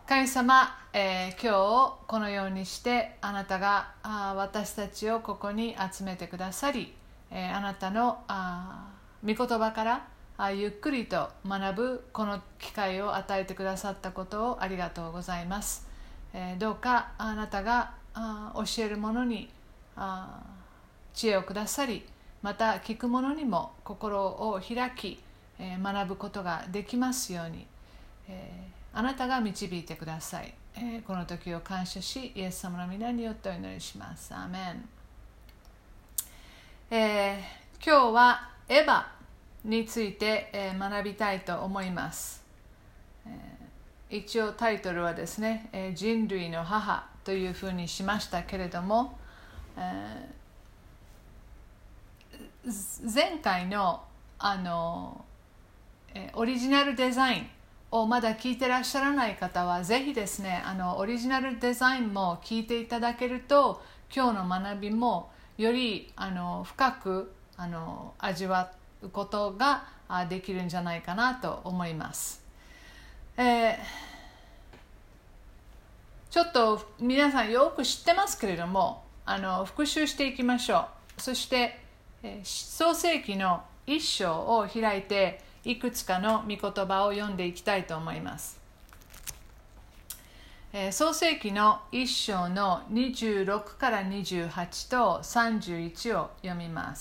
神様、今日このようにしてあなたが私たちをここに集めてくださり、あなたの御言葉からゆっくりと学ぶこの機会を与えてくださったことをありがとうございます。どうかあなたが教える者に知恵をくださり、また聞く者にも心を開き、学ぶことができますように、あなたが導いてください。この時を感謝し、イエス様の皆によってお祈りします。アーメン。今日はエヴァについて学びたいと思います。一応タイトルはですね、人類の母というふうにしましたけれども、前回のオリジナルデザインをまだ聞いてらっしゃらない方はぜひですね、オリジナルデザインも聞いていただけると今日の学びもより深く味わうことができるんじゃないかなと思います。ちょっと皆さんよく知ってますけれども復習していきましょう。そして創世記の一章を開いていくつかの御言葉を読んでいきたいと思います。創世記の一章の26から28と31を読みます。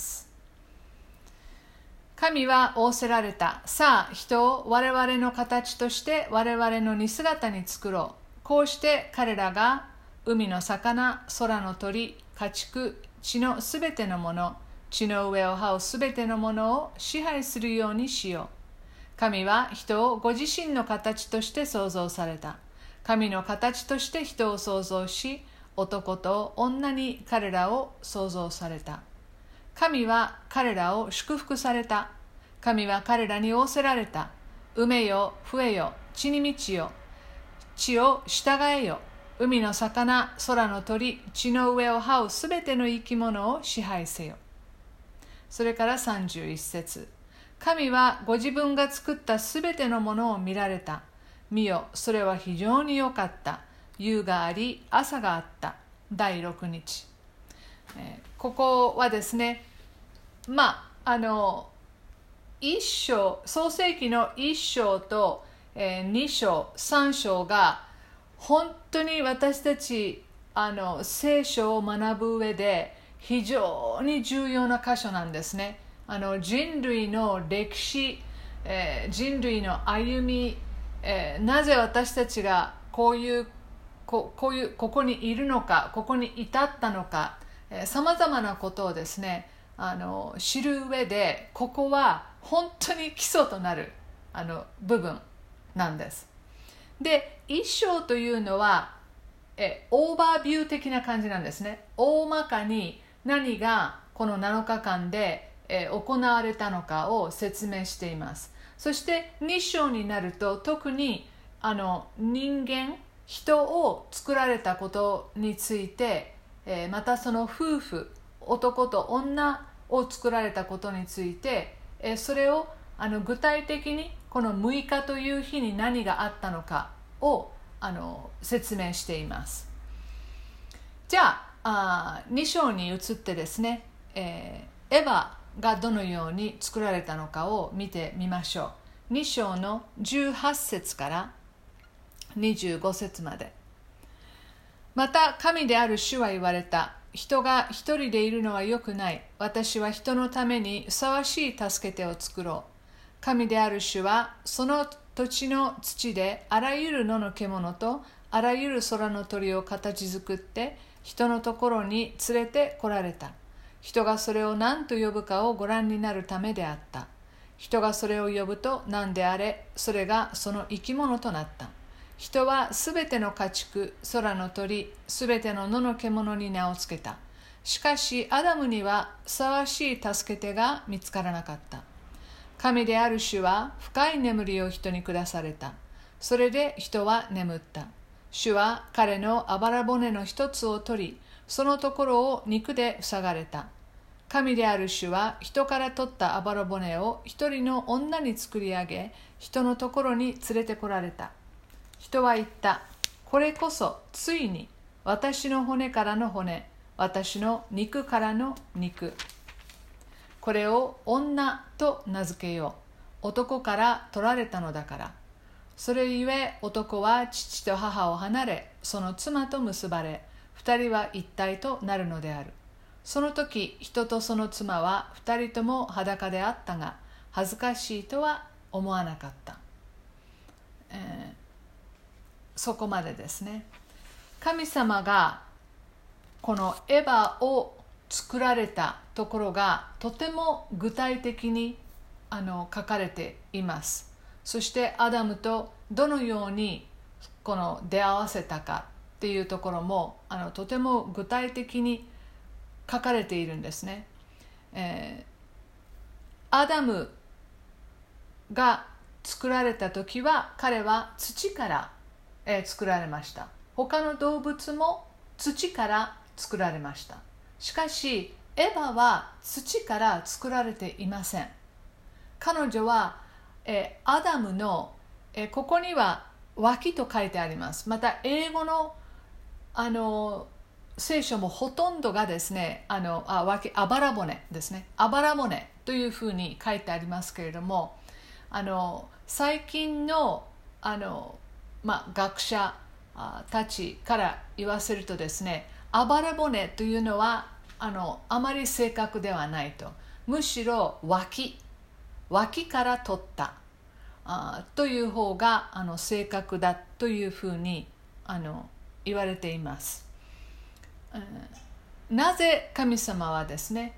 神は仰せられた。さあ、人を我々の形として我々の似姿に作ろう。こうして彼らが海の魚、空の鳥、家畜、地のすべてのもの、地の上を這うすべてのものを支配するようにしよう。神は人をご自身の形として創造された。神の形として人を創造し、男と女に彼らを創造された。神は彼らを祝福された。神は彼らに仰せられた。埋めよ、増えよ、地に満ちよ。地を従えよ。海の魚、空の鳥、地の上を這うすべての生き物を支配せよ。それから31節。神はご自分が作ったすべてのものを見られた。見よ、それは非常に良かった。夕があり、朝があった。第6日。ここはですね、一章、創世記の1章と2章、3章が本当に私たち聖書を学ぶ上で非常に重要な箇所なんですね。人類の歴史、人類の歩み、なぜ私たちがここにいるのか、ここに至ったのか、さまざまなことをですね知る上で、ここは本当に基礎となる部分なんです。で、一章というのはオーバービュー的な感じなんですね。大まかに何がこの7日間で行われたのかを説明しています。そして2章になると特に人間、人を作られたことについて、またその夫婦、男と女を作られたことについて、それを具体的にこの6日という日に何があったのかを説明しています。じゃあ2章に移ってですね、エヴァがどのように作られたのかを見てみましょう。2章の18節から25節まで。また神である主は言われた。人が一人でいるのは良くない。私は人のためにふさわしい助け手を作ろう。神である主はその土地の土であらゆる野の獣とあらゆる空の鳥を形作って人のところに連れて来られた。人がそれを何と呼ぶかをご覧になるためであった。人がそれを呼ぶと何であれ、それがその生き物となった。人はすべての家畜、空の鳥、すべての野の獣に名をつけた。しかしアダムにはふさわしい助け手が見つからなかった。神である主は深い眠りを人に下された。それで人は眠った。主は彼のあばら骨の一つを取り、そのところを肉で塞がれた。神である主は人から取ったあばら骨を一人の女に作り上げ、人のところに連れてこられた。人は言った。 これこそついに私の骨からの骨、私の肉からの肉。これを女と名付けよう。男から取られたのだから。それゆえ男は父と母を離れ、その妻と結ばれ、二人は一体となるのである。その時、人とその妻は二人とも裸であったが、恥ずかしいとは思わなかった。そこまでですね。神様がこのエヴァを作られたところがとても具体的に書かれています。そしてアダムとどのようにこの出会わせたかっていうところもとても具体的に書かれているんですね。アダムが作られた時は彼は土から、作られました。他の動物も土から作られました。しかしエヴァは土から作られていません。彼女は、アダムの、ここには脇と書いてあります。また英語の聖書もほとんどがですね、脇、あばら骨ですね。あばら骨というふうに書いてありますけれども、最近の学者たちから言わせるとですね、あばら骨というのはあまり正確ではないと。むしろ脇から取ったという方が正確だというふうに言われています。なぜ神様はですね、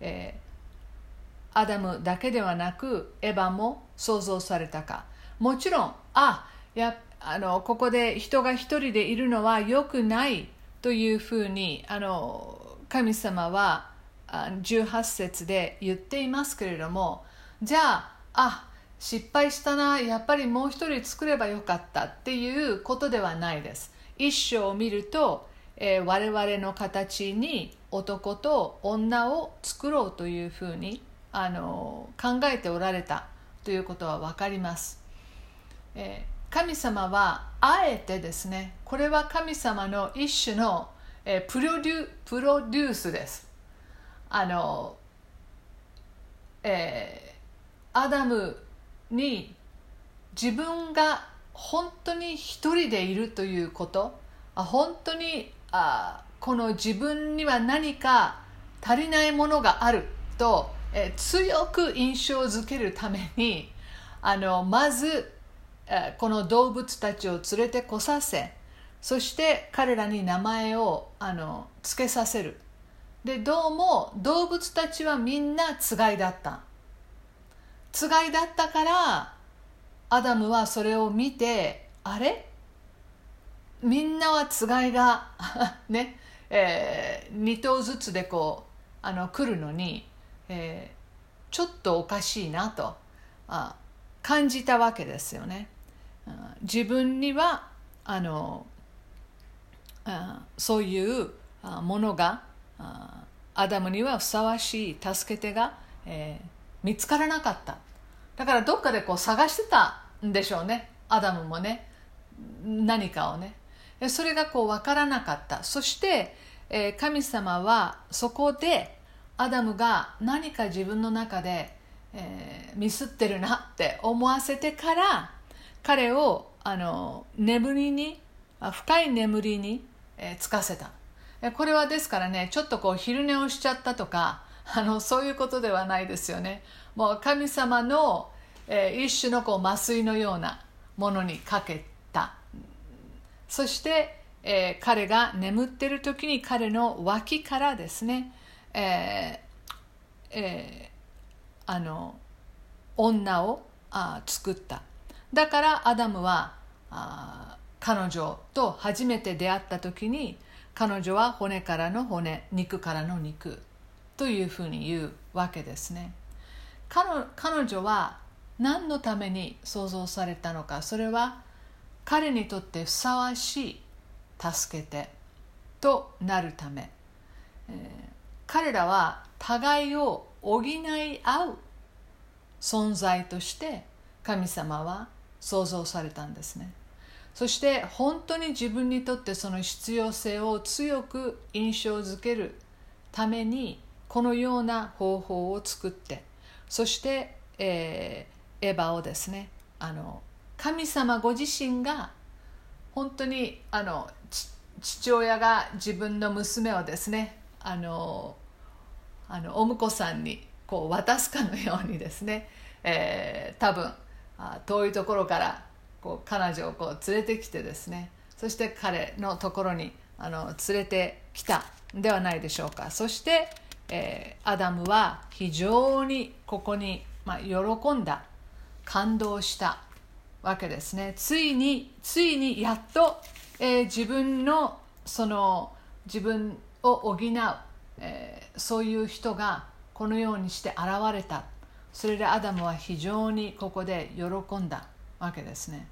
アダムだけではなくエヴァも創造されたか。もちろんここで人が一人でいるのは良くないというふうに神様は18節で言っていますけれども、じゃあ失敗したな、やっぱりもう一人作ればよかったっていうことではないです。一章を見ると、我々の形に男と女を作ろうというふうに考えておられたということは分かります。神様はあえてですね、これは神様の一種のプロデュースです。アダムに自分が本当に一人でいるということ、本当にこの自分には何か足りないものがあると、強く印象づけるためにまずこの動物たちを連れてこさせ、そして彼らに名前をつけさせる。でどうも動物たちはみんなつがいだった。つがいだったからアダムはそれを見て、あれみんなはつがいがね、2頭ずつでこう来るのに、ちょっとおかしいなと感じたわけですよね。自分にはそういうものがアダムにはふさわしい助け手が、見つからなかった。だからどっかでこう探してたんでしょうね、アダムもね、何かをね。それがこう分からなかった。そして、神様はそこでアダムが何か自分の中で、ミスってるなって思わせてから彼を眠りに、深い眠りに、つかせた。これはですからね、ちょっとこう昼寝をしちゃったとかそういうことではないですよね。もう神様の、一種のこう麻酔のようなものにかけた。そして、彼が眠っている時に彼の脇からですね、女を作った。だからアダムは彼女と初めて出会った時に、彼女は骨からの骨、肉からの肉というふうに言うわけですね。彼女は何のために創造されたのか。それは彼にとってふさわしい助けてとなるため、彼らは互いを補い合う存在として神様は創造されたんですね。 そして本当に自分にとってその必要性を強く印象づけるためにこのような方法を作って、そして、エヴァをですね、神様ご自身が本当に父親が自分の娘をですね、お婿さんにこう渡すかのようにですね、多分遠いところからこう彼女をこう連れてきてですね、そして彼のところに連れてきたんではないでしょうか。そして、アダムは非常にここに、喜んだ、感動したわけですね。ついにやっと、自分を補う、そういう人がこのようにして現れた。それでアダムは非常にここで喜んだわけですね。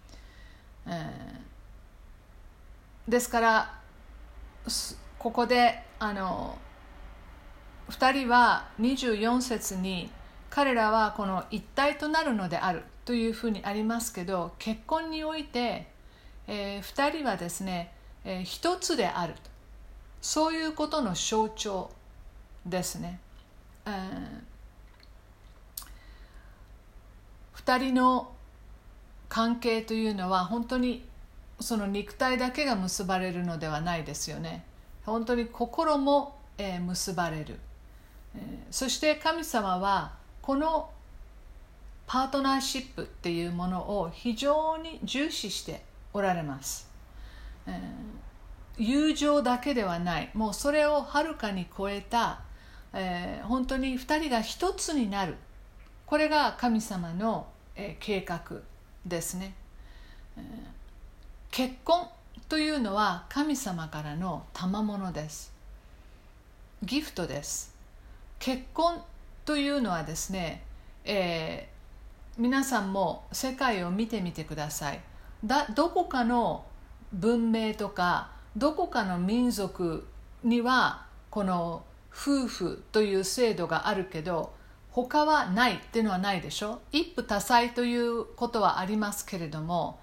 ですからここで2人は24節に彼らはこの一体となるのであるというふうにありますけど、結婚において、2人はですね、一つである、そういうことの象徴ですね。2人の関係というのは本当にその肉体だけが結ばれるのではないですよね。本当に心も結ばれる。そして神様はこのパートナーシップっていうものを非常に重視しておられます。友情だけではない、もうそれをはるかに超えた、本当に2人が一つになる、これが神様の計画ですね。結婚というのは神様からの賜物です。ギフトです。結婚というのはですね、皆さんも世界を見てみてください。どこかの文明とかどこかの民族にはこの夫婦という制度があるけど他はないっていうのはないでしょ。一夫多妻ということはありますけれども、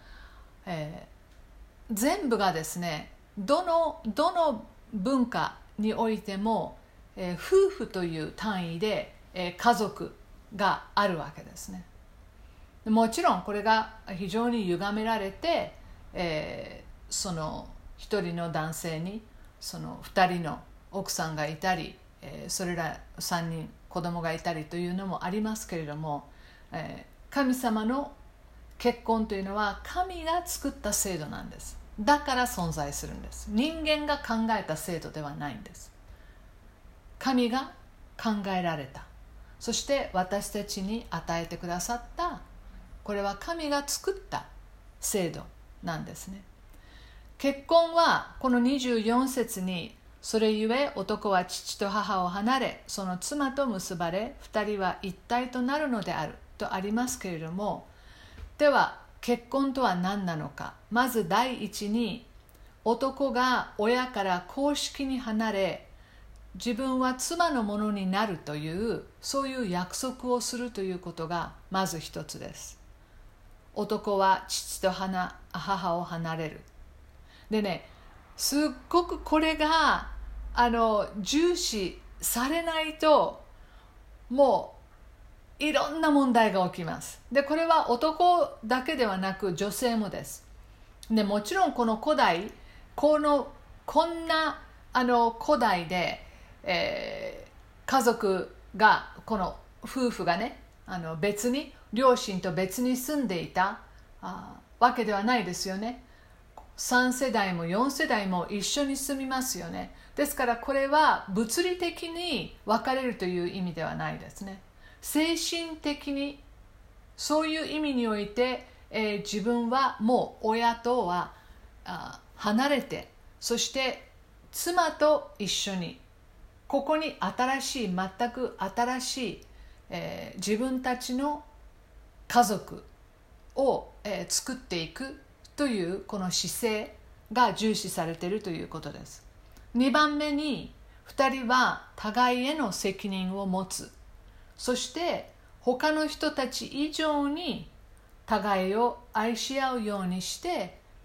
全部がですね、どの文化においても、夫婦という単位で、家族があるわけですね。もちろんこれが非常に歪められて、その一人の男性にその二人の奥さんがいたり、それら3人子供がいたりというのもありますけれども、神様の結婚というのは神が作った制度なんです。だから存在するんです。人間が考えた制度ではないんです。神が考えられた、そして私たちに与えてくださった、これは神が作った制度なんですね。結婚はこの24節に、それゆえ男は父と母を離れその妻と結ばれ二人は一体となるのであるとありますけれども、では結婚とは何なのか。まず第一に、男が親から公式に離れ自分は妻のものになるという、そういう約束をするということがまず一つです。男は父と母を離れる。でね、すっごくこれが重視されないと、もういろんな問題が起きます。でこれは男だけではなく女性もです。でもちろんこの古代こんな古代で、家族がこの夫婦がね別に両親と別に住んでいたわけではないですよね。3世代も4世代も一緒に住みますよね。ですからこれは物理的に別れるという意味ではないですね。精神的にそういう意味において、自分はもう親とは離れて、そして妻と一緒にここに全く新しい、自分たちの家族を、作っていくというこの姿勢が重視されているということです。2番目に、2人は互いへの責任を持つ。そして他の人たち以上に互いを愛し合うようにして、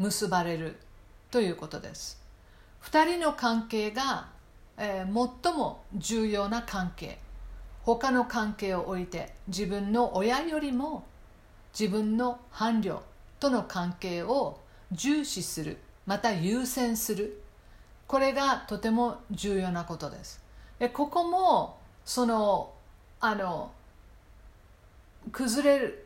結ばれるということです。2人の関係が、最も重要な関係。他の関係を置いて自分の親よりも自分の伴侶との関係を重視する、また優先する。これがとても重要なことです。ここも崩れる、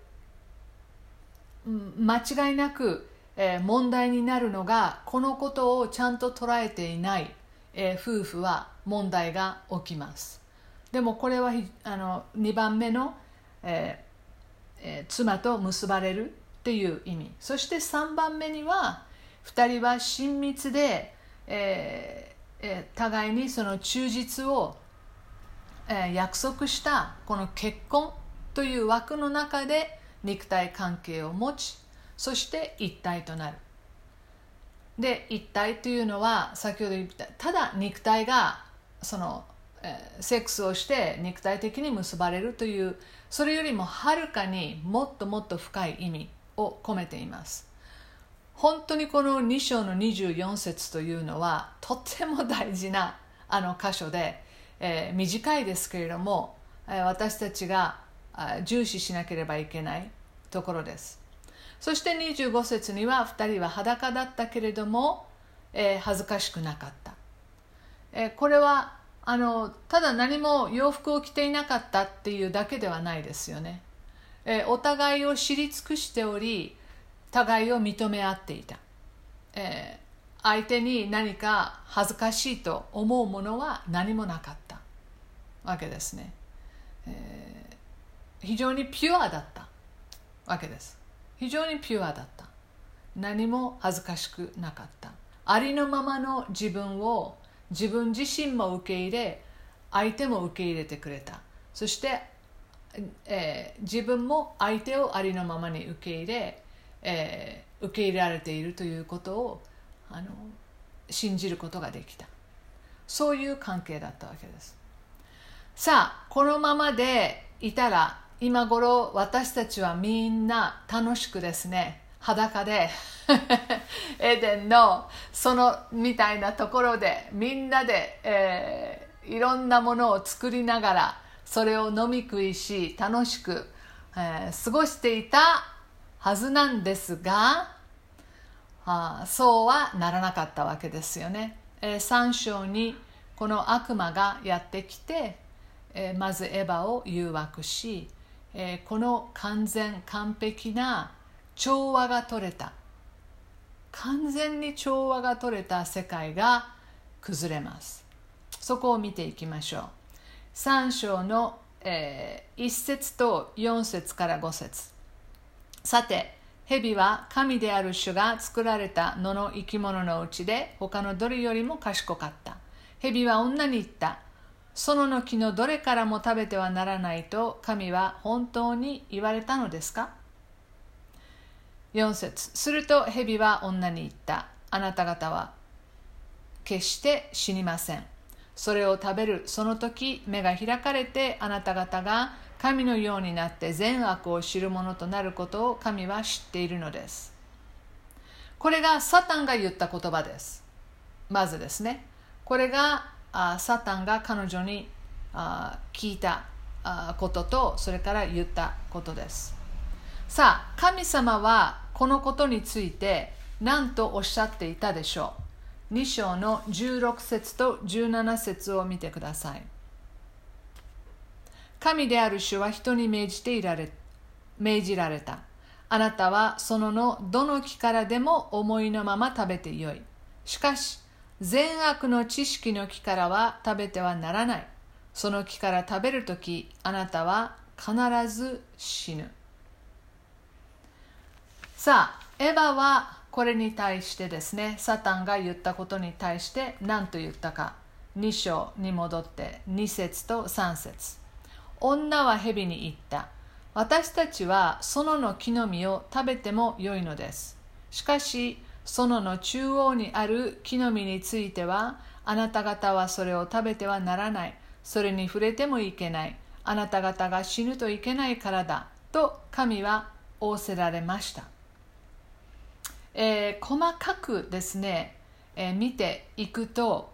間違いなく、問題になるのが、このことをちゃんと捉えていない、夫婦は問題が起きます。でもこれは2番目の、妻と結ばれるっていう意味。そして3番目には2人は親密で、互いにその忠実を、約束したこの結婚という枠の中で肉体関係を持ち、そして一体となる。で、一体というのは先ほど言ったただ肉体がセックスをして肉体的に結ばれるという、それよりもはるかにもっともっと深い意味を込めています。本当にこの2章の24節というのはとっても大事な箇所で、短いですけれども、私たちが重視しなければいけないところです。そして25節には2人は裸だったけれども、恥ずかしくなかった。これはただ何も洋服を着ていなかったっていうだけではないですよね。お互いを知り尽くしており、互いを認め合っていた。相手に何か恥ずかしいと思うものは何もなかったわけですね。非常にピュアだったわけです。非常にピュアだった。何も恥ずかしくなかった。ありのままの自分を自分自身も受け入れ、相手も受け入れてくれた。そして、自分も相手をありのままに受け入れ、受け入れられているということを信じることができた。そういう関係だったわけです。さあ、このままでいたら今頃私たちはみんな楽しくですね、裸でエデンのみたいなところでみんなで、いろんなものを作りながらそれを飲み食いし楽しく、過ごしていたはずなんですが、そうはならなかったわけですよね。3章にこの悪魔がやってきて、まずエヴァを誘惑し、この完璧な調和が取れた、完全に調和が取れた世界が崩れます。そこを見ていきましょう。3章の、1節と4節から5節。さて、蛇は神である主が作られた野の生き物のうちで他のどれよりも賢かった。蛇は女に言った。園の木のどれからも食べてはならないと神は本当に言われたのですか。4節。すると蛇は女に言った。あなた方は決して死にません。それを食べるその時、目が開かれてあなた方が神のようになって善悪を知るものとなることを神は知っているのです。これがサタンが言った言葉です。まずですね、これがサタンが彼女に聞いたことと、それから言ったことです。さあ、神様はこのことについて何とおっしゃっていたでしょう。2章の16節と17節を見てください。神である主は人に命じられた。あなたはそのどの木からでも思いのまま食べてよい。しかし、善悪の知識の木からは食べてはならない。その木から食べるとき、あなたは必ず死ぬ。さあ、エヴァはこれに対してですね、サタンが言ったことに対して何と言ったか。2章に戻って2節と3節。女は蛇に言った。私たちは園の木の実を食べてもよいのです。しかし、園の中央にある木の実については、あなた方はそれを食べてはならない。それに触れてもいけない。あなた方が死ぬといけないからだ。と神は仰せられました。 細かくですね、見ていくと、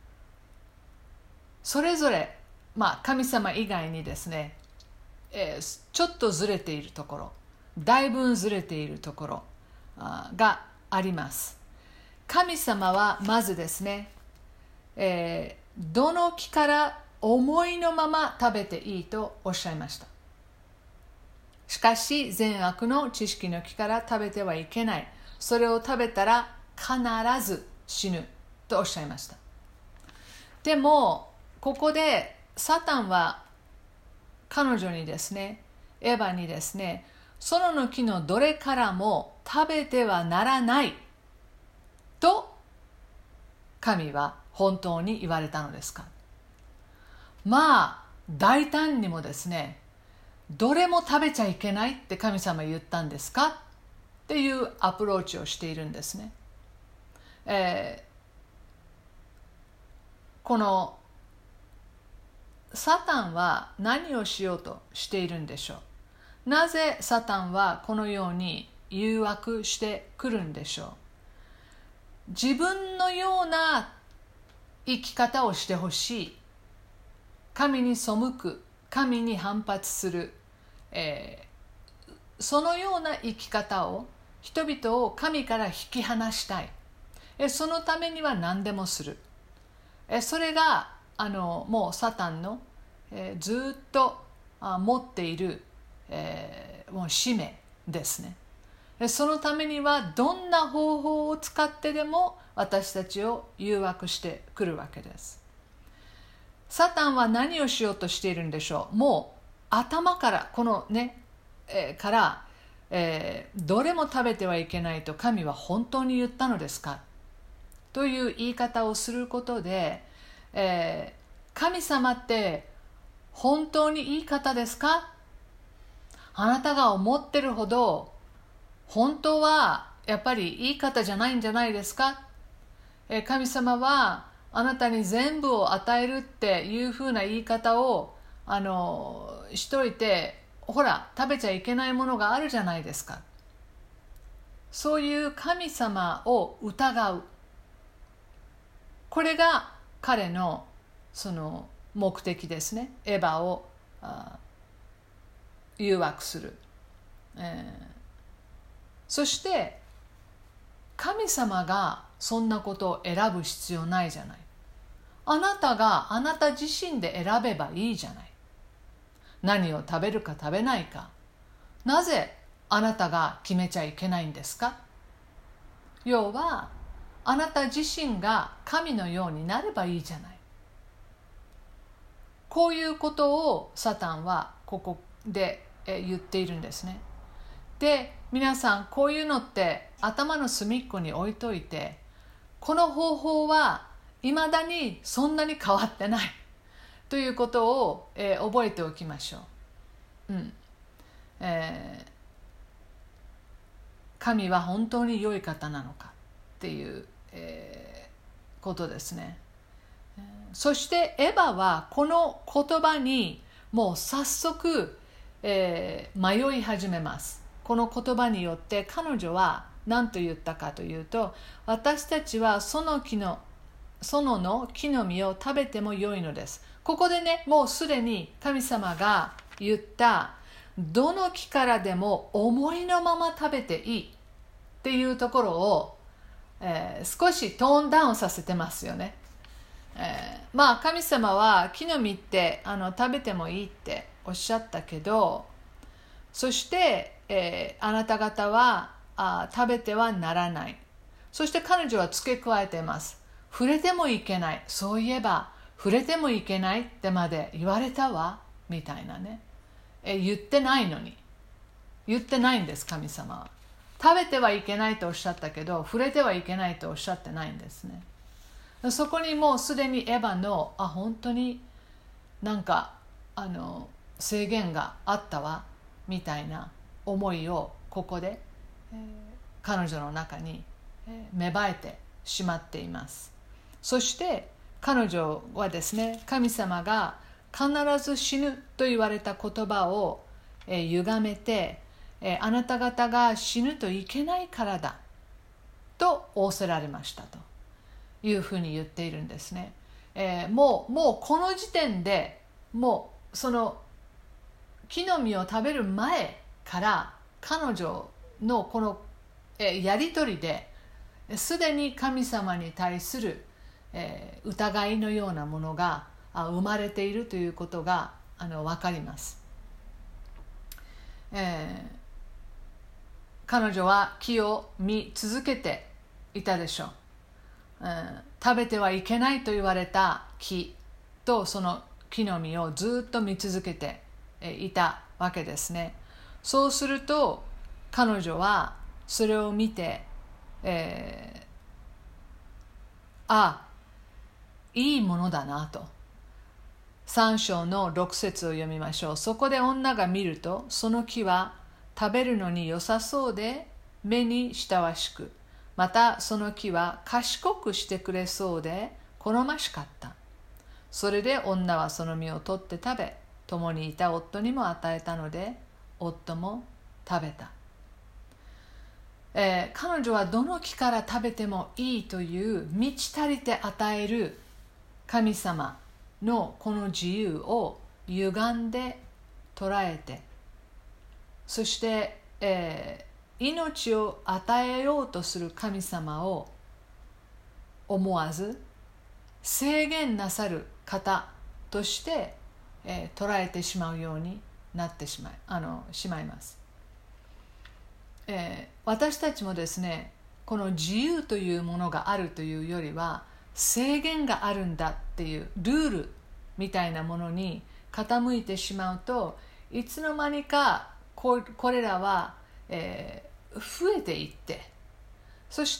それぞれ、神様以外にですね、ちょっとずれているところ、だいぶずれているところがあります。神様はまずですね、どの木から思いのまま食べていいとおっしゃいました。しかし善悪の知識の木から食べてはいけない。それを食べたら必ず死ぬとおっしゃいました。でもここでサタンは彼女にですね、エヴァにですね、園の木のどれからも食べてはならないと神は本当に言われたのですか。大胆にもですね、どれも食べちゃいけないって神様言ったんですかっていうアプローチをしているんですね。このサタンは何をしようとしているんでしょう。なぜサタンはこのように誘惑してくるんでしょう。自分のような生き方をしてほしい、神に背く、神に反発する、そのような生き方を、人々を神から引き離したい。そのためには何でもする。それがもうサタンの、ずっと持っている、もう使命ですね。そのためにはどんな方法を使ってでも私たちを誘惑してくるわけです。サタンは何をしようとしているんでしょう。もう頭からこのね、から、どれも食べてはいけないと神は本当に言ったのですかという言い方をすることで、神様って本当にいい方ですか、あなたが思ってるほど本当はやっぱりいい方じゃないんじゃないですか、神様はあなたに全部を与えるっていうふうな言い方をしといて、ほら食べちゃいけないものがあるじゃないですか。そういう神様を疑う、これが彼のその目的ですね。エヴァを誘惑する、そして神様がそんなことを選ぶ必要ないじゃない。あなたがあなた自身で選べばいいじゃない。何を食べるか食べないか、なぜあなたが決めちゃいけないんですか。要はあなた自身が神のようになればいいじゃない。こういうことをサタンはここで言っているんですね。で、皆さんこういうのって頭の隅っこに置いといて、この方法はいまだにそんなに変わってないということを、覚えておきましょう。神は本当に良い方なのかっていう、ことですね。そしてエヴァはこの言葉にもう早速、迷い始めます。この言葉によって彼女は何と言ったかというと、私たちは園の木の実を食べても良いのです。ここでね、もうすでに神様が言ったどの木からでも思いのまま食べていいっていうところを、少しトーンダウンさせてますよね。神様は木の実って食べてもいいっておっしゃったけど、そして、あなた方は食べてはならない。そして彼女は付け加えています。触れてもいけない。そういえば触れてもいけないってまで言われたわみたいなね。言ってないのに、言ってないんです。神様は食べてはいけないとおっしゃったけど、触れてはいけないとおっしゃってないんですね。そこにもうすでにエヴァの本当になんか制限があったわみたいな思いをここで、彼女の中に、芽生えてしまっています。そして彼女はですね、神様が必ず死ぬと言われた言葉を、歪めて、あなた方が死ぬといけないからだと仰せられましたというふうに言っているんですね。もうこの時点でもうその木の実を食べる前から彼女のこのやり取りですでに神様に対する疑いのようなものが生まれているということが分かります。彼女は木を見続けていたでしょう。食べてはいけないと言われた木とその木の実をずっと見続けていたわけですね。そうすると彼女はそれを見て、いいものだなと。3章の6節を読みましょう。そこで女が見ると、その木は食べるのに良さそうで目に親しく、またその木は賢くしてくれそうで好ましかった。それで女はその実を取って食べ、共にいた夫にも与えたので、夫も食べた。彼女はどの木から食べてもいいという満ち足りて与える神様のこの自由を歪んで捉えて、そして、命を与えようとする神様を思わず制限なさる方として、捉えてしまうようになってしまいます。私たちもですね、この自由というものがあるというよりは制限があるんだっていうルールみたいなものに傾いてしまうと、いつの間にかこれらは、増えていって、そして、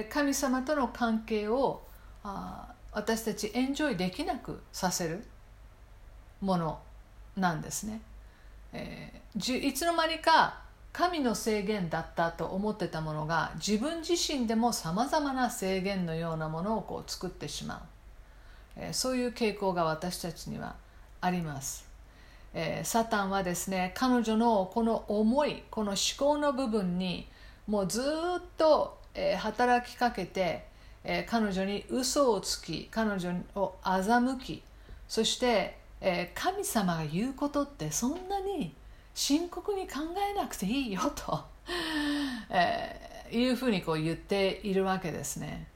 神様との関係を私たちエンジョイできなくさせるものなんですね。いつの間にか神の制限だったと思ってたものが自分自身でもさまざまな制限のようなものを作ってしまう、そういう傾向が私たちにはあります。サタンはですね、彼女のこの思い、この思考の部分にもうずっと、働きかけて、彼女に嘘をつき、彼女を欺き、そして、神様が言うことってそんなに深刻に考えなくていいよと、いうふうに言っているわけですね。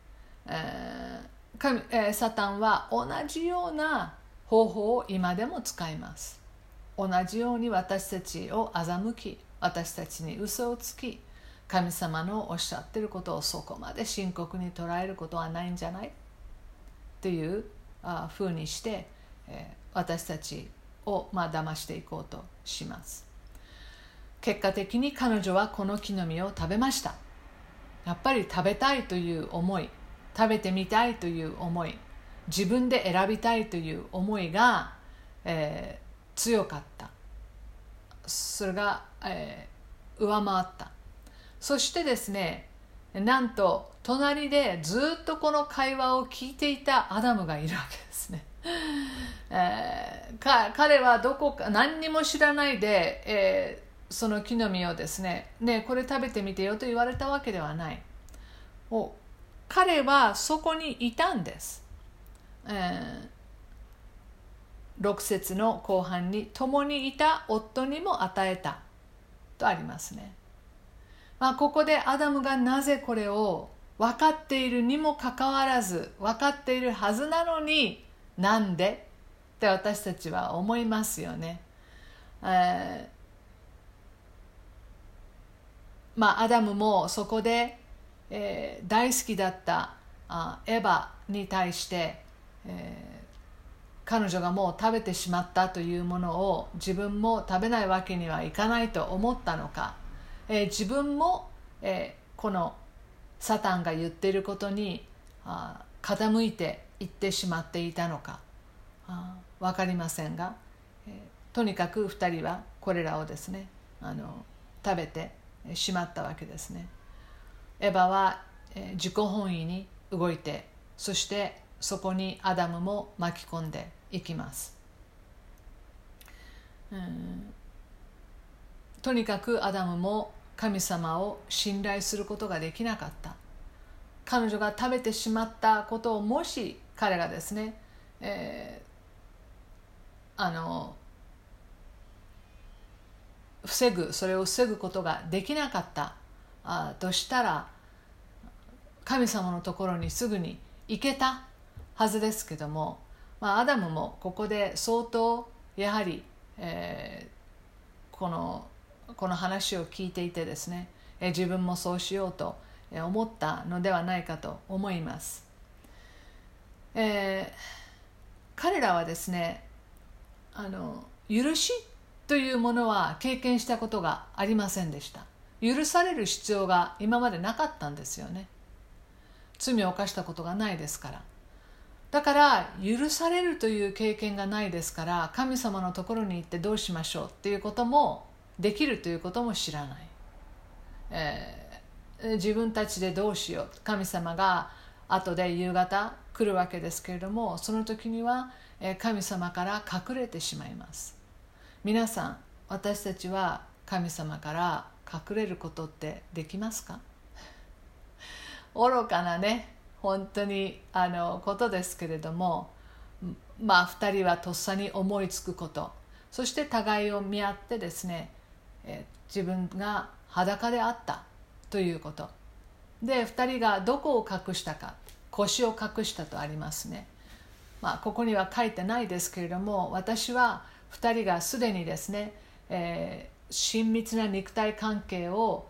サタンは同じような方法を今でも使います。同じように私たちを欺き、私たちに嘘をつき、神様のおっしゃっていることをそこまで深刻に捉えることはないんじゃないっていうふうにして、私たちを騙していこうとします。結果的に彼女はこの木の実を食べました。やっぱり食べたいという思い、食べてみたいという思い、自分で選びたいという思いが、強かった。それが、上回った。そしてですね、なんと隣でずっとこの会話を聞いていたアダムがいるわけですね。彼はどこか何にも知らないで、その木の実をですね、これ食べてみてよと言われたわけではない。彼はそこにいたんです。6節の後半に共にいた夫にも与えたとありますね。ここでアダムがなぜこれを分かっているにもかかわらず、分かっているはずなのになんでって私たちは思いますよね。アダムもそこで、大好きだったエヴァに対して、彼女がもう食べてしまったというものを自分も食べないわけにはいかないと思ったのか、自分も、このサタンが言っていることに傾いていってしまっていたのか分かりませんが、とにかく2人はこれらをですね食べてしまったわけですね。エヴァは、自己本位に動いて、そしてそこにアダムも巻き込んでいきます。とにかくアダムも神様を信頼することができなかった。 彼女が食べてしまったことをもし彼がですね、それを防ぐことができなかったとしたら、神様のところにすぐに行けたはずですけども、アダムもここで相当やはり、この話を聞いていてですね、自分もそうしようと思ったのではないかと思います。彼らはですね、許しというものは経験したことがありませんでした。許される必要が今までなかったんですよね。罪を犯したことがないですから。だから許されるという経験がないですから、神様のところに行ってどうしましょうっていうこともできるということも知らない、自分たちでどうしよう、神様が後で夕方来るわけですけれども、その時には神様から隠れてしまいます。皆さん、私たちは神様から隠れることってできますか？愚かなね、本当にことですけれども、2人はとっさに思いつくこと、そして互いを見合ってですね、自分が裸であったということで、2人がどこを隠したか、腰を隠したとありますね。ここには書いてないですけれども、私は2人がすでにですね、親密な肉体関係を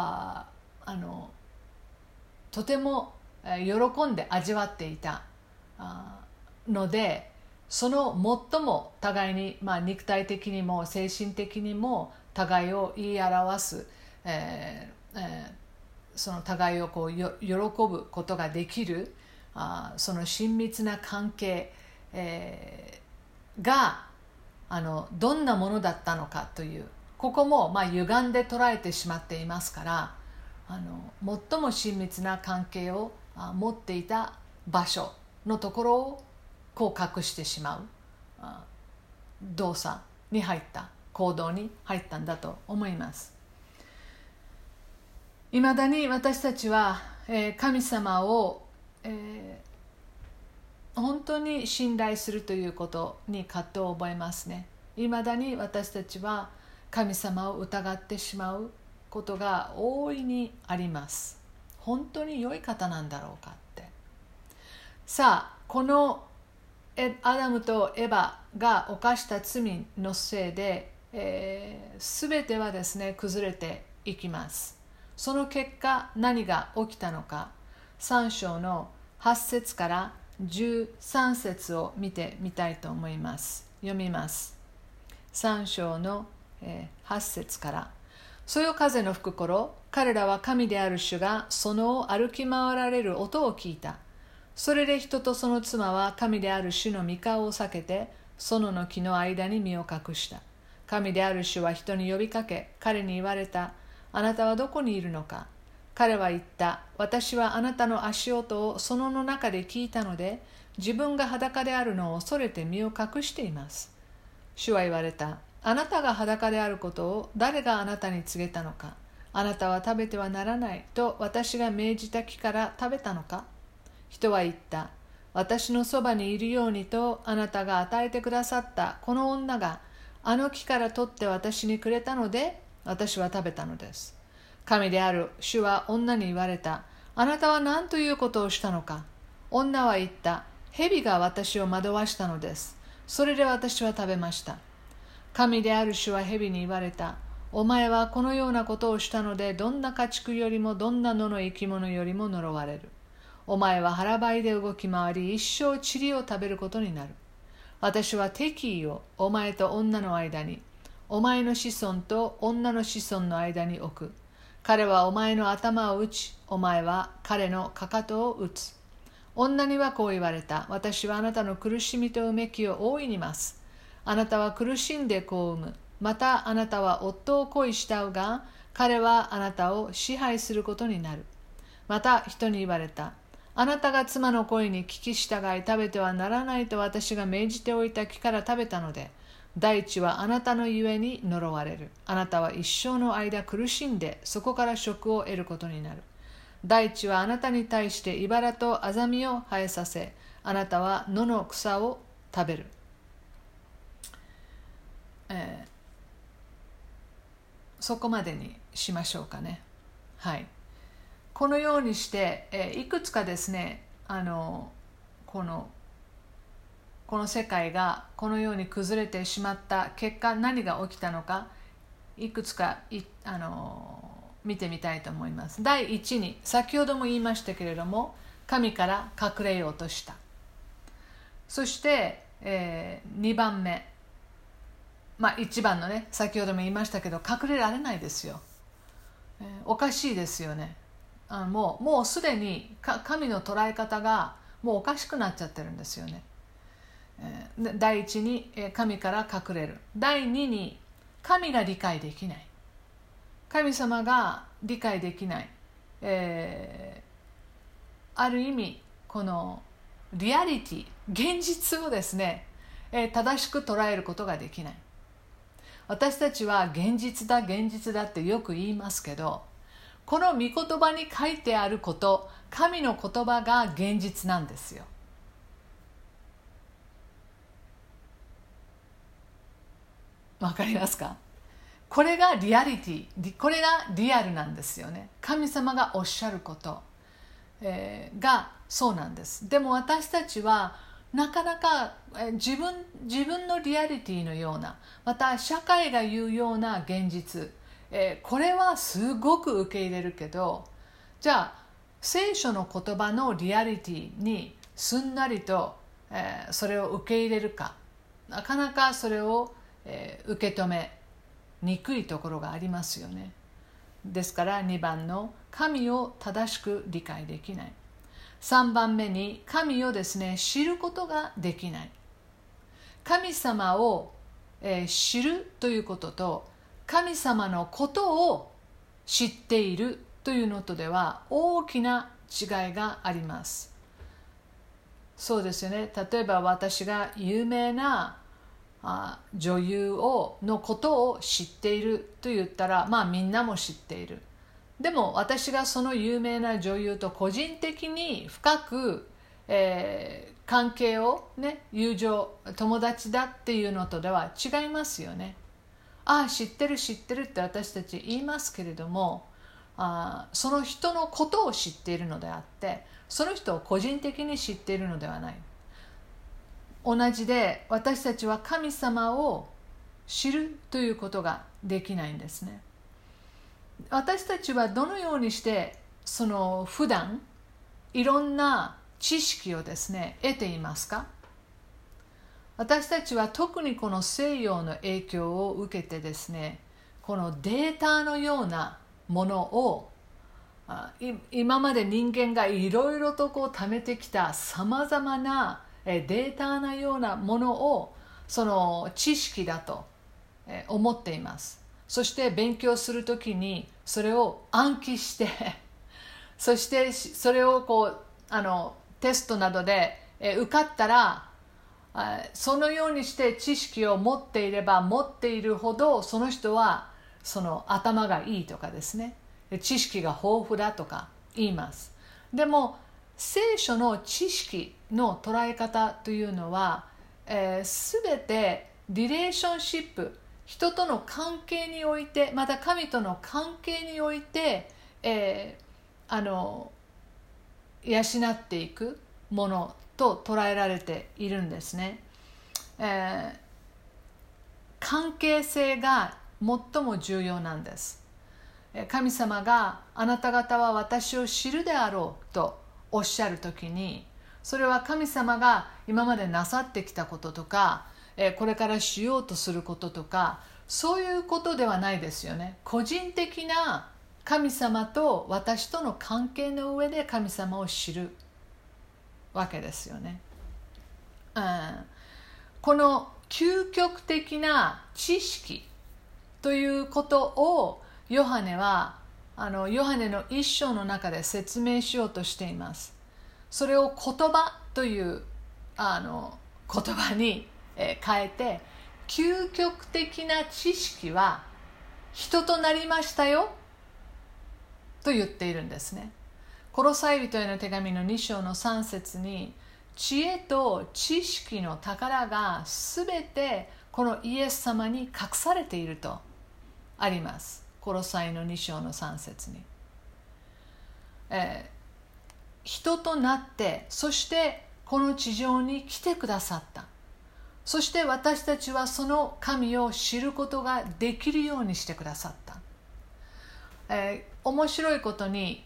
とても喜んで味わっていたので、その最も互いに、肉体的にも精神的にも互いを言い表す、その互いを喜ぶことができるその親密な関係、がどんなものだったのかという、ここも歪んで捉えてしまっていますから、最も親密な関係を持っていた場所のところを隠してしまう動作に入った、行動に入ったんだと思います。いまだに私たちは、神様を、本当に信頼するということに葛藤を覚えますね。いまだに私たちは神様を疑ってしまうことが大いにあります。本当に良い方なんだろうかって。さあ、このアダムとエバが犯した罪のせいで、全てはですね、崩れていきます。その結果、何が起きたのか、3章の8節から13節を見てみたいと思います。読みます。3章の8節から。そよ風の吹く頃、彼らは神である主が園を歩き回られる音を聞いた。それで人とその妻は神である主の御顔を避けて、園の木の間に身を隠した。神である主は人に呼びかけ、彼に言われた。あなたはどこにいるのか。彼は言った。私はあなたの足音を園の中で聞いたので、自分が裸であるのを恐れて身を隠しています。主は言われた。あなたが裸であることを誰があなたに告げたのか。あなたは食べてはならないと私が命じた木から食べたのか。人は言った。私のそばにいるようにとあなたが与えてくださったこの女があの木から取って私にくれたので、私は食べたのです。神である主は女に言われた。あなたは何ということをしたのか。女は言った。蛇が私を惑わしたのです。それで私は食べました。神である主は蛇に言われた。お前はこのようなことをしたので、どんな家畜よりもどんな野の生き物よりも呪われる。お前は腹ばいで動き回り、一生塵を食べることになる。私は敵意をお前と女の間に、お前の子孫と女の子孫の間に置く。彼はお前の頭を打ち、お前は彼のかかとを打つ。女にはこう言われた。私はあなたの苦しみとうめきを大いに増す。あなたは苦しんで子を産む。またあなたは夫を恋したうが、彼はあなたを支配することになる。また人に言われた。あなたが妻の声に聞き従い食べてはならないと私が命じておいた木から食べたので、大地はあなたのゆえに呪われる。あなたは一生の間苦しんでそこから食を得ることになる。 大地はあなたに対して茨とアザミを生えさせ、あなたは野の草を食べる。そこまでにしましょうかね。はい。このようにして、いくつかですね、この世界がこのように崩れてしまった結果、何が起きたのか、いくつか見てみたいと思います。第一に、先ほども言いましたけれども、神から隠れようとした。そして、2番目、1番のね、先ほども言いましたけど、隠れられないですよ。おかしいですよね。もうすでに神の捉え方がもうおかしくなっちゃってるんですよね。第一に神から隠れる。第二に神が理解できない。神様が理解できない。ある意味このリアリティ、現実をですね、正しく捉えることができない。私たちは現実だってよく言いますけど、この御言葉に書いてあること、神の言葉が現実なんですよ。わかりますか？これがリアリティ、これがリアルなんですよね。神様がおっしゃること、がそうなんです。でも私たちはなかなか自分のリアリティのような、また社会が言うような現実、これはすごく受け入れるけど、じゃあ聖書の言葉のリアリティにすんなりと、それを受け入れるか、なかなかそれを、受け止めにくいところがありますよね。ですから2番の神を正しく理解できない。3番目に神をですね、知ることができない。神様を、知るということと、神様のことを知っているというのとでは大きな違いがあります。そうですよね。例えば私が有名な女優のことを知っていると言ったら、みんなも知っている。でも私がその有名な女優と個人的に深く、関係をね、友情、友達だっていうのとでは違いますよね。知ってるって私たち言いますけれども、その人のことを知っているのであって、その人を個人的に知っているのではない。同じで私たちは神様を知るということができないんですね。私たちはどのようにして普段いろんな知識をですね得ていますか？私たちは特にこの西洋の影響を受けてですね、このデータのようなものを今まで人間がいろいろと貯めてきたさまざまなデータのようなものをその知識だと思っています。そして勉強するときにそれを暗記してそしてそれをテストなどで受かったら、そのようにして知識を持っていれば持っているほどその人は頭がいいとかですね、知識が豊富だとか言います。でも聖書の知識の捉え方というのは、全てリレーションシップ、人との関係において、また神との関係において、養っていくものと捉えられているんですね。関係性が最も重要なんです。神様があなた方は私を知るであろうとおっしゃるときに、それは神様が今までなさってきたこととか、これからしようとすることとか、そういうことではないですよね。個人的な神様と私との関係の上で神様を知るわけですよね。この究極的な知識ということをヨハネの一章の中で説明しようとしています。それを言葉という言葉に変えて、究極的な知識は人となりましたよと言っているんですね。 コロサイ人への手紙の2章の3節に、知恵と知識の宝がすべてこのイエス様に隠されているとあります。コロサイの2章の3節に、人となって、そしてこの地上に来てくださった。そして私たちはその神を知ることができるようにしてくださった。面白いことに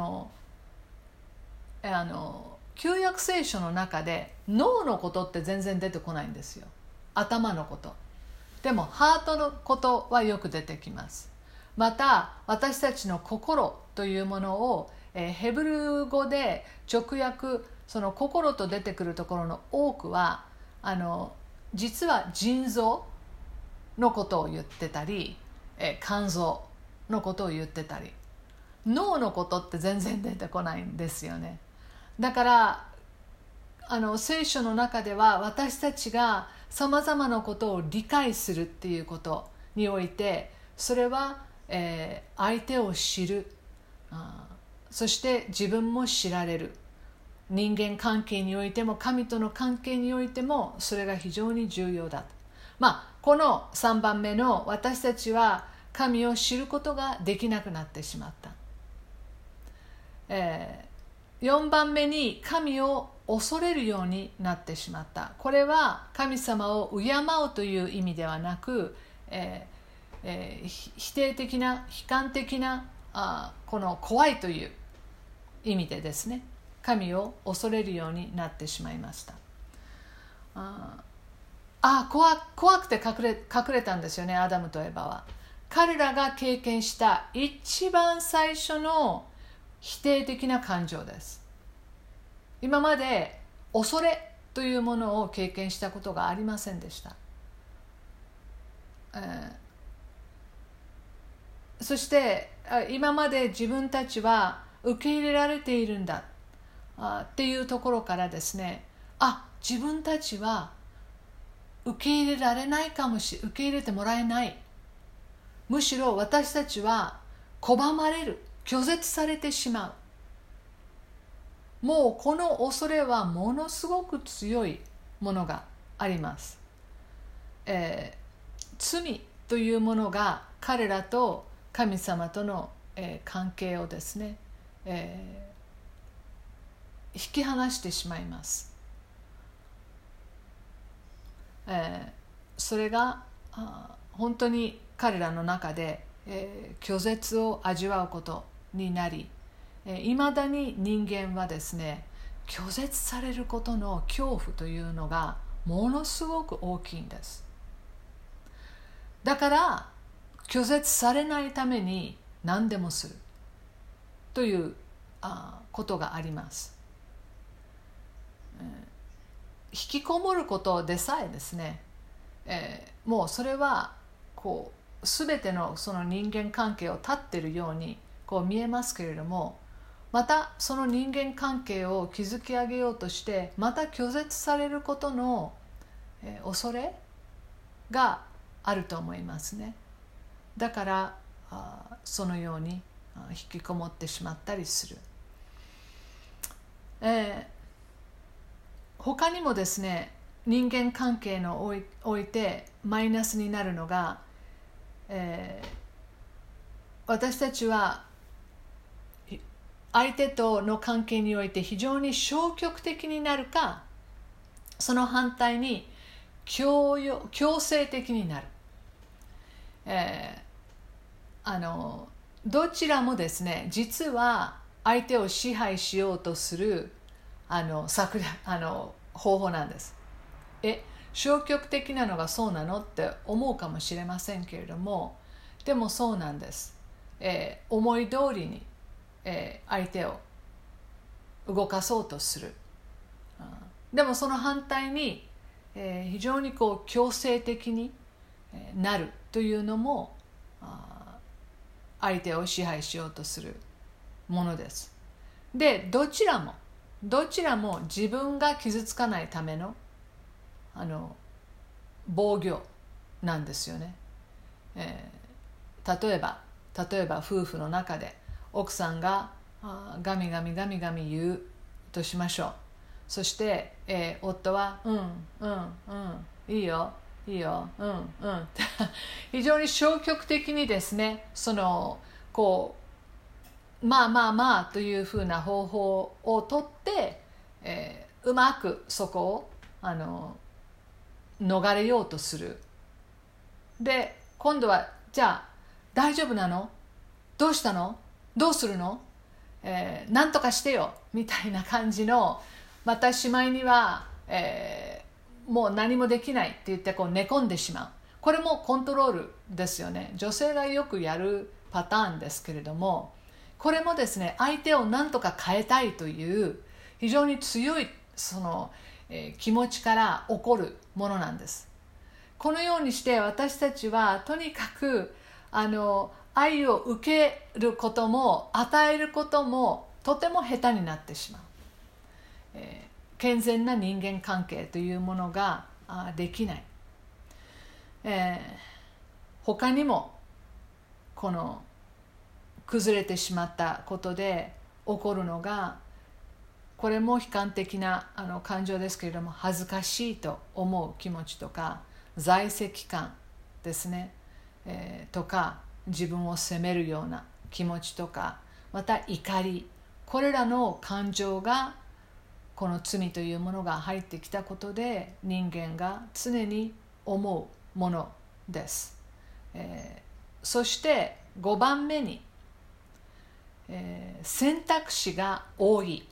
旧約聖書の中で脳のことって全然出てこないんですよ。頭のこと。でもハートのことはよく出てきます。また私たちの心というものをヘブル語で直訳、その心と出てくるところの多くは実は腎臓のことを言ってたり、肝臓のことを言ってたり、脳のことって全然出てこないんですよね。だから聖書の中では私たちがさまざまなことを理解するっていうことにおいて、それは、相手を知る、そして自分も知られる、人間関係においても神との関係においてもそれが非常に重要だ。この3番目の私たちは神を知ることができなくなってしまった。4番目に神を恐れるようになってしまった。これは神様を敬うという意味ではなく、否定的な悲観的なこの怖いという意味でですね、神を恐れるようになってしまいました。怖くて隠れたんですよね、アダムとエバは。彼らが経験した一番最初の否定的な感情です。今まで恐れというものを経験したことがありませんでした。そして今まで自分たちは受け入れられているんだっていうところからですね、自分たちは受け入れられないかもしれない、受け入れてもらえない、むしろ私たちは拒まれる、拒絶されてしまう。もうこの恐れはものすごく強いものがあります。罪というものが彼らと神様との、関係をですね、引き離してしまいます。それが本当に彼らの中で、拒絶を味わうことになり、いまだに人間はですね、拒絶されることの恐怖というのがものすごく大きいんです。だから拒絶されないために何でもするということがあります。引きこもることでさえですね、もうそれは全てのその人間関係を断っているように見えますけれども、またその人間関係を築き上げようとしてまた拒絶されることの、恐れがあると思いますね。だからそのように引きこもってしまったりする。他にもですね、人間関係においてマイナスになるのが、私たちは相手との関係において非常に消極的になるか、その反対に強制的になる。どちらもですね、実は相手を支配しようとする方法なんです。消極的なのがそうなのって思うかもしれませんけれども、でもそうなんです。思い通りに、相手を動かそうとする。でもその反対に、非常に強制的になるというのも相手を支配しようとするものです。で、どちらも自分が傷つかないための防御なんですよね。例えば夫婦の中で奥さんがガミガミガミガミ言うとしましょう。そして、夫はいいよいいよ非常に消極的にですね、こうまあというふうな方法をとって、うまくそこを逃れようとする。で今度はじゃあ大丈夫なの、どうしたの、どうするの、なんとかしてよみたいな感じの、またしまいには、もう何もできないって言ってこう寝込んでしまう。これもコントロールですよね。女性がよくやるパターンですけれども、これもですね、相手を何とか変えたいという非常に強い気持ちから起こるものなんです。このようにして私たちはとにかく愛を受けることも与えることもとても下手になってしまう。健全な人間関係というものができない。他にもこの崩れてしまったことで起こるのが、これも悲観的な感情ですけれども、恥ずかしいと思う気持ちとか在籍感ですね、とか自分を責めるような気持ちとか、また怒り、これらの感情がこの罪というものが入ってきたことで人間が常に思うものです。そして5番目に、選択肢が多い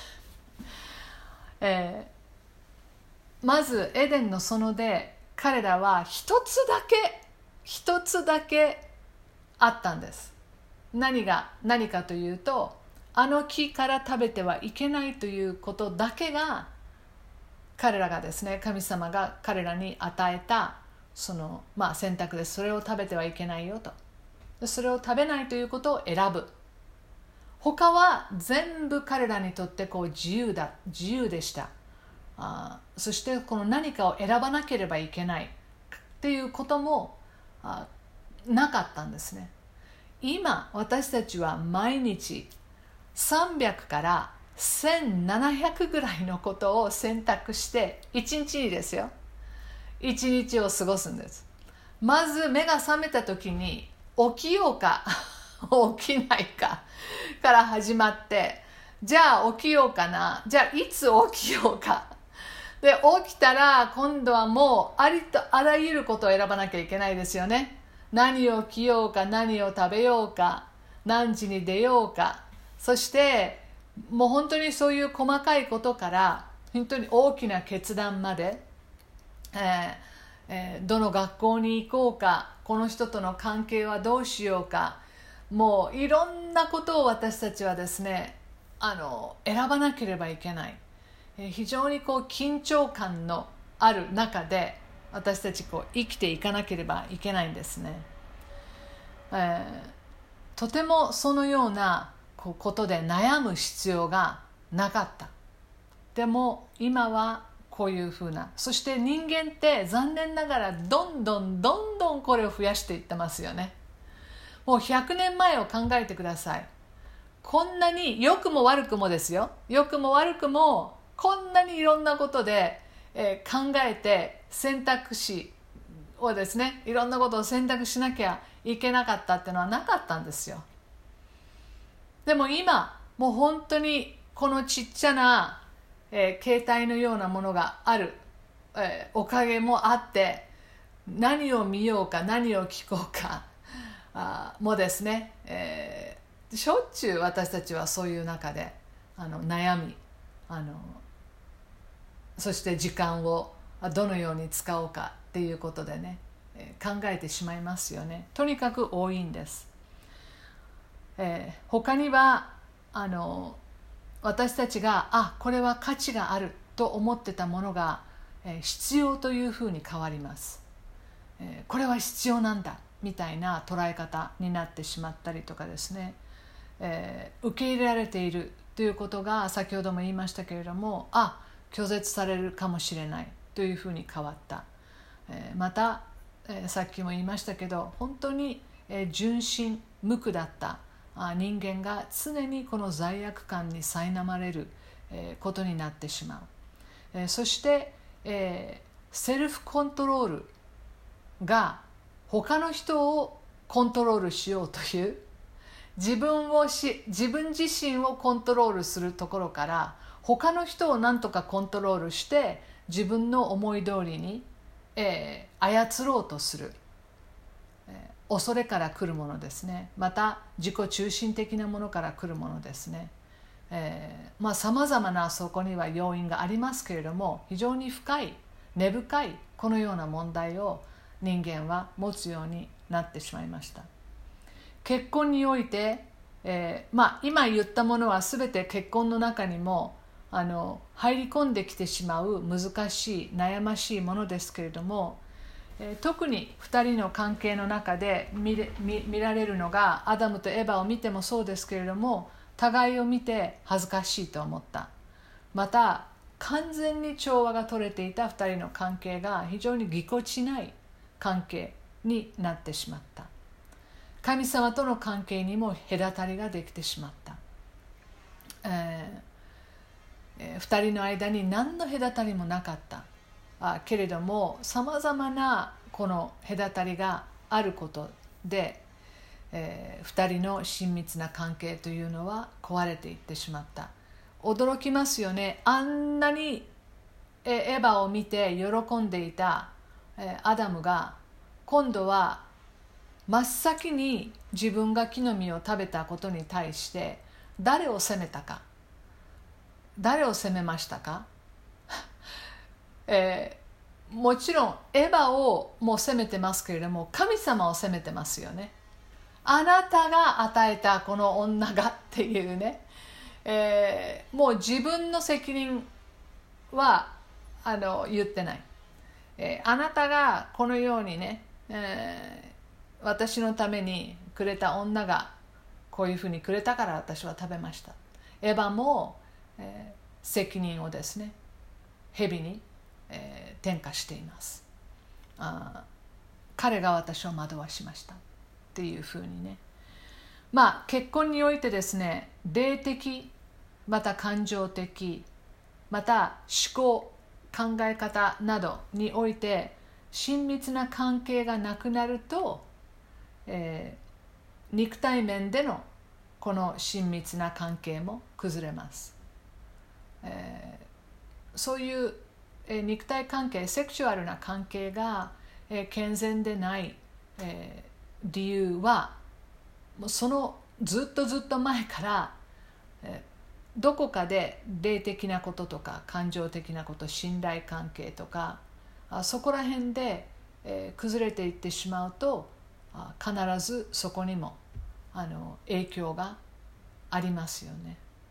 まずエデンの園で彼らは一つだけあったんです。何かというと、あの木から食べてはいけないということだけが彼らがですね、神様が彼らに与えた選択です。それを食べてはいけないよと。それを食べないということを選ぶ。他は全部彼らにとって自由でした。そしてこの何かを選ばなければいけないっていうこともなかったんですね。今私たちは毎日300から1700ぐらいのことを選択して1日にですよ、1日を過ごすんです。まず目が覚めた時に起きようか起きないかから始まって、じゃあ起きようかな、じゃあいつ起きようかで、起きたら今度はもうありとあらゆることを選ばなきゃいけないですよね。何を着ようか、何を食べようか、何時に出ようか、そしてもう本当にそういう細かいことから本当に大きな決断まで、どの学校に行こうか、この人との関係はどうしようか、もういろんなことを私たちはですね選ばなければいけない。非常に緊張感のある中で私たち生きていかなければいけないんですね。とてもそのようなことで悩む必要がなかった。でも今はこういうふうな、そして人間って残念ながらどんどんこれを増やしていってますよね。もう100年前を考えてください。こんなに良くも悪くもですよ、良くも悪くもこんなにいろんなことで、考えて選択肢をですね、いろんなことを選択しなきゃいけなかったっていうのはなかったんですよ。でも今もう本当にこのちっちゃな、携帯のようなものがある、おかげもあって、何を見ようか何を聞こうかもですね、しょっちゅう私たちはそういう中で悩みそして時間をどのように使おうかっていうことでね、考えてしまいますよね。とにかく多いんです。他には私たちがこれは価値があると思ってたものが、必要というふうに変わります。これは必要なんだみたいな捉え方になってしまったりとかですね、受け入れられているということが先ほども言いましたけれども、拒絶されるかもしれないというふうに変わった。また、さっきも言いましたけど本当に純真無垢だった人間が常にこの罪悪感に苛まれることになってしまう。そしてセルフコントロールが他の人をコントロールしようという自分自身をコントロールするところから他の人を何とかコントロールして自分の思い通りに、操ろうとする、恐れから来るものですね。また自己中心的なものから来るものですね。さまざまなそこには要因がありますけれども、非常に深い根深いこのような問題を人間は持つようになってしまいました。結婚において、今言ったものは全て結婚の中にも入り込んできてしまう難しい悩ましいものですけれども、特に2人の関係の中で見られるのが、アダムとエバを見てもそうですけれども、互いを見て恥ずかしいと思った。また完全に調和が取れていた2人の関係が非常にぎこちない関係になってしまった。神様との関係にも隔たりができてしまった。2人の間に何の隔たりもなかったけれども、さまざまなこの隔たりがあることで、2人の親密な関係というのは壊れていってしまった。驚きますよね。あんなにエヴァを見て喜んでいたアダムが、今度は真っ先に自分が木の実を食べたことに対して誰を責めたか、誰を責めましたか？もちろんエヴァをも責めてますけれども、神様を責めてますよね。あなたが与えたこの女がっていうね、もう自分の責任は言ってない。あなたがこのようにね、私のためにくれた女がこういうふうにくれたから私は食べました。エヴァも、責任をですね、蛇に、転嫁しています。彼が私を惑わしましたっていうふうにね。結婚においてですね、霊的また感情的また思考考え方などにおいて親密な関係がなくなると、肉体面でのこの親密な関係も崩れます。そういう、肉体関係、セクシュアルな関係が、健全でない、理由はもうそのずっと前から、どこかで霊的なこととか感情的なこと、信頼関係とかそこら辺で、崩れていってしまうと必ずそこにも影響がありますよ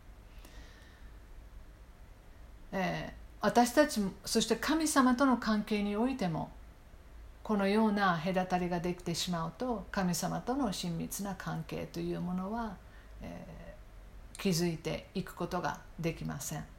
ね。私たちそして神様との関係においてもこのような隔たりができてしまうと、神様との親密な関係というものは、築いていくことができません。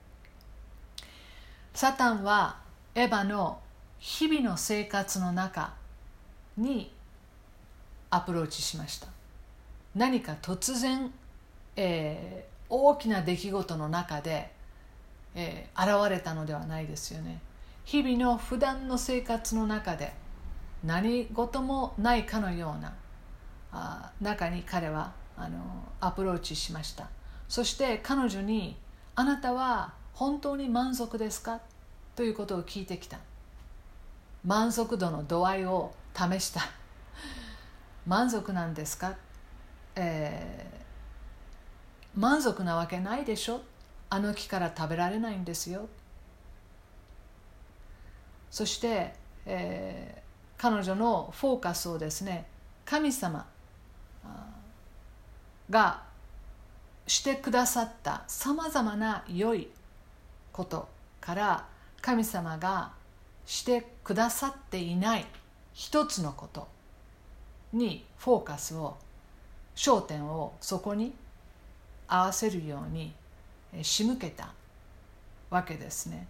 サタンはエヴァの日々の生活の中にアプローチしました。何か突然、大きな出来事の中で、現れたのではないですよね。日々の普段の生活の中で何事もないかのような中に彼はアプローチしました。そして彼女にあなたは本当に満足ですかということを聞いてきた。満足度の度合いを試した。満足なんですか、満足なわけないでしょ、あの木から食べられないんですよ。そして、彼女のフォーカスをですね、神様がしてくださったさまざまな良いことから神様がしてくださっていない一つのことにフォーカスを、焦点をそこに合わせるように仕向けたわけですね。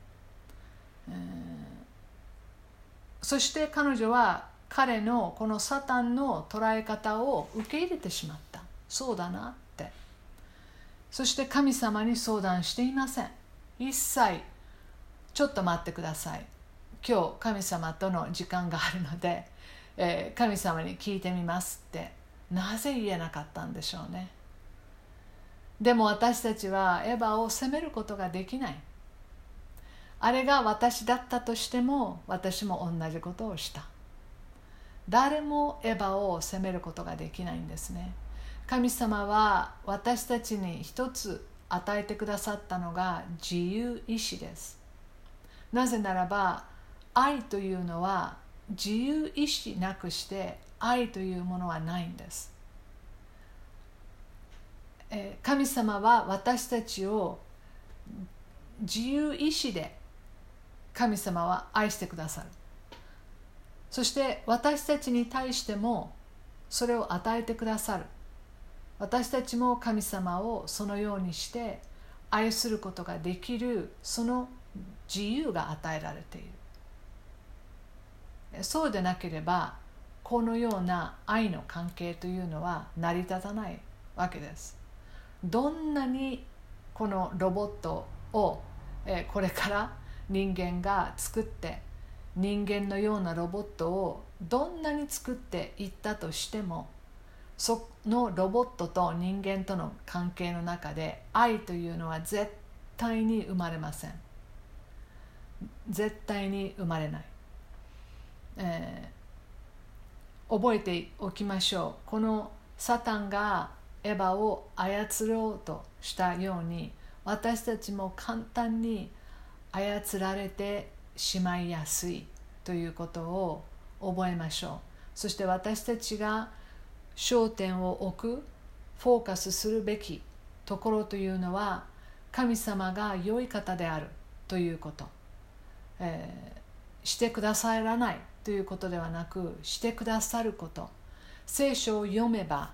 そして彼女は彼のこのサタンの捉え方を受け入れてしまった。 そうだなって。そして神様に相談していません。一切ちょっと待ってください、今日神様との時間があるので、神様に聞いてみますってなぜ言えなかったんでしょうね。でも私たちはエヴァを責めることができない。あれが私だったとしても私も同じことをした。誰もエヴァを責めることができないんですね。神様は私たちに一つ与えてくださったのが自由意志です。なぜならば愛というのは自由意志なくして愛というものはないんです。神様は私たちを自由意志で神様は愛してくださる。そして私たちに対してもそれを与えてくださる。私たちも神様をそのようにして愛することができる、その自由が与えられている。そうでなければこのような愛の関係というのは成り立たないわけです。どんなにこのロボットをこれから人間が作って、人間のようなロボットをどんなに作っていったとしても、そのロボットと人間との関係の中で愛というのは絶対に生まれません。絶対に生まれない。覚えておきましょう。このサタンがエヴァを操ろうとしたように、私たちも簡単に操られてしまいやすいということを覚えましょう。そして私たちが焦点を置く、フォーカスするべきところというのは、神様が良い方であるということ、してくださらないということではなく、してくださること。聖書を読めば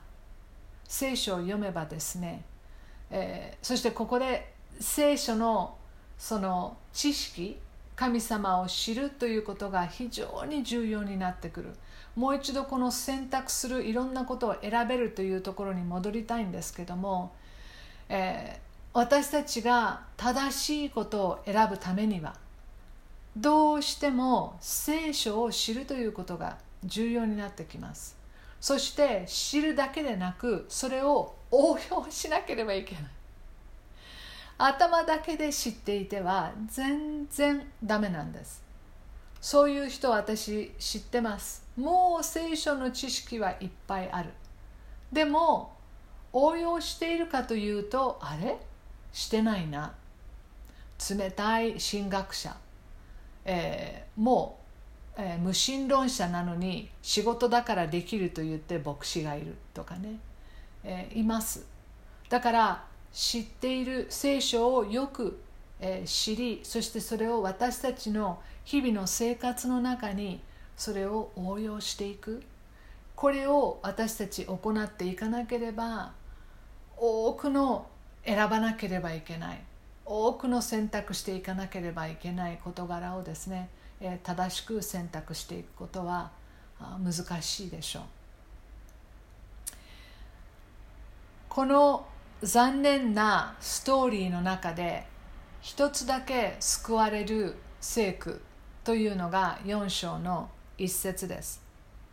ですね、そしてここで聖書のその知識、神様を知るということが非常に重要になってくる。もう一度この選択するいろんなことを選べるというところに戻りたいんですけども、私たちが正しいことを選ぶためにはどうしても聖書を知るということが重要になってきます。そして知るだけでなく、それを応用しなければいけない。頭だけで知っていては全然ダメなんです。そういう人は私知ってます。もう聖書の知識はいっぱいある。でも応用しているかというと、あれしてないな。冷たい神学者、もう、無神論者なのに仕事だからできると言って牧師がいるとかね、います。だから知っている聖書をよく、知り、そしてそれを私たちの日々の生活の中にそれを応用していく。これを私たち行っていかなければ、多くの選ばなければいけない、多くの選択していかなければいけない事柄をですね、正しく選択していくことは難しいでしょう。この残念なストーリーの中で一つだけ救われる聖句というのが4章の1節です。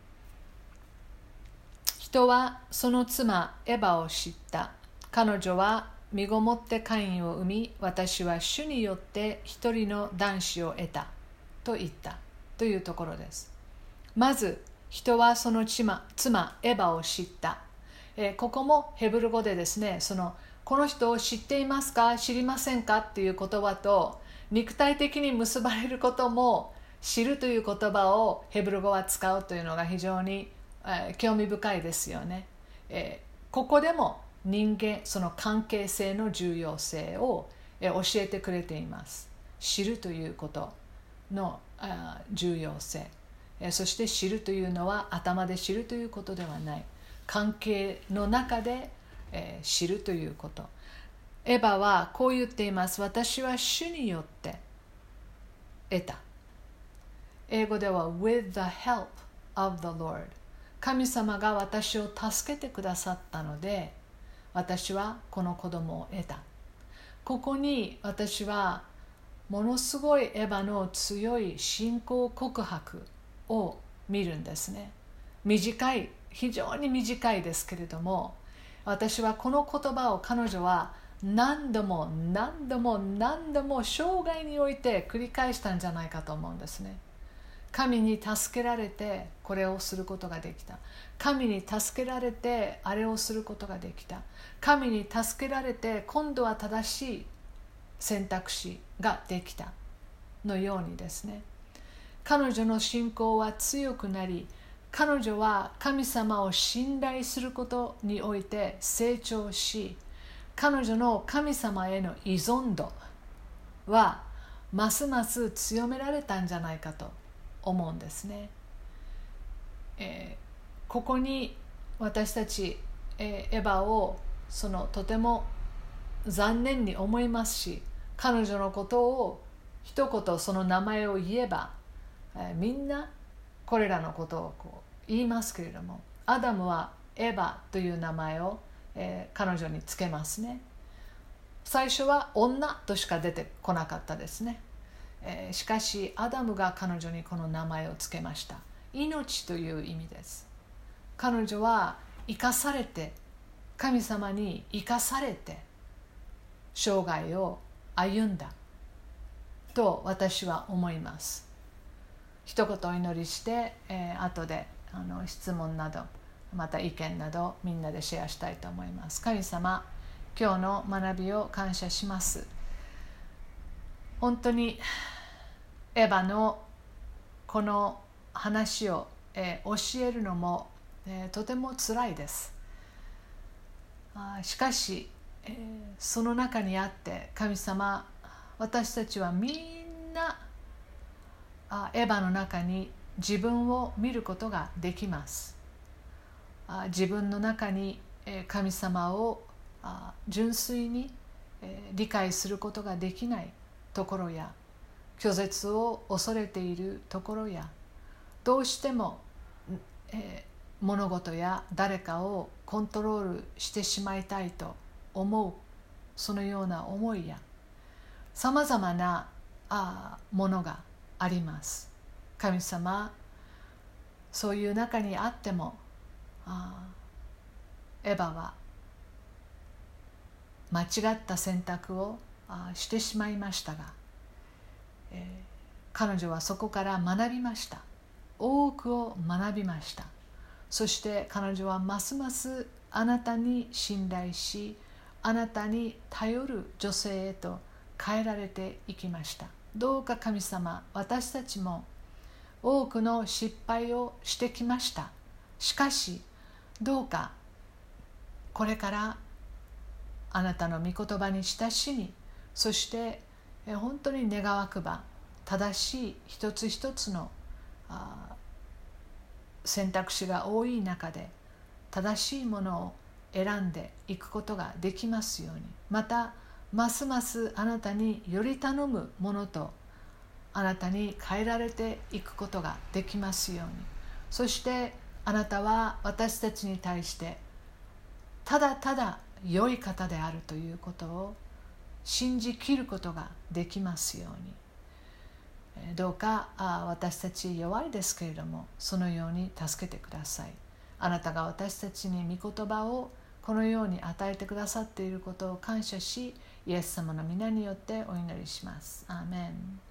人はその妻エバを知った。彼女は身ごもってカインを産み、私は主によって一人の男子を得たと言ったというところです。まず人はその妻エバを知った。ここもヘブル語でですね、この人を知っていますか、知りませんかっていう言葉と肉体的に結ばれることも知るという言葉をヘブル語は使うというのが非常に、興味深いですよね。ここでも人間、その関係性の重要性を、教えてくれています。知るということの重要性、そして知るというのは頭で知るということではない、関係の中で、知るということ。エヴァはこう言っています。私は主によって得た。英語では with the help of the Lord。 神様が私を助けてくださったので、私はこの子供を得た。ここに私はものすごいエヴァの強い信仰告白を見るんですね。短い、非常に短いですけれども、私はこの言葉を彼女は何度も何度も何度も生涯において繰り返したんじゃないかと思うんですね。神に助けられてこれをすることができた。神に助けられてあれをすることができた。神に助けられて今度は正しい選択肢ができたのようにですね、彼女の信仰は強くなり、彼女は神様を信頼することにおいて成長し、彼女の神様への依存度はますます強められたんじゃないかと思うんですね。ここに私たち、エヴァをとても残念に思いますし、彼女のことを一言その名前を言えば、みんなこれらのことを言いますけれども、アダムはエヴァという名前を、彼女につけますね。最初は女としか出てこなかったですね。しかしアダムが彼女にこの名前をつけました。命という意味です。彼女は生かされて、神様に生かされて生涯を歩んだと私は思います。一言お祈りして、後で質問などまた意見などみんなでシェアしたいと思います。神様、今日の学びを感謝します。本当にエヴァのこの話を、教えるのも、とてもつらいです。しかし、その中にあって神様、私たちはみんなエヴァの中に自分を見ることができます。自分の中に神様を純粋に理解することができないところや、拒絶を恐れているところや、どうしても、物事や誰かをコントロールしてしまいたいと思う、そのような思いやさまざまなものがあります。神様、そういう中にあってもエヴァは間違った選択をしてしまいましたが、彼女はそこから学びました。多くを学びました。そして彼女はますますあなたに信頼し、あなたに頼る女性へと変えられていきました。どうか神様、私たちも多くの失敗をしてきました。しかしどうかこれからあなたの御言葉に親しみ、そして本当に願わくば正しい一つ一つの選択肢が多い中で正しいものを選んでいくことができますように、またますますあなたにより頼むものとあなたに変えられていくことができますように、そしてあなたは私たちに対してただただ良い方であるということを信じきることができますように、どうか私たち弱いですけれどもそのように助けてください。あなたが私たちに御言葉をこのように与えてくださっていることを感謝し、イエス様の皆によってお祈りします。アーメン。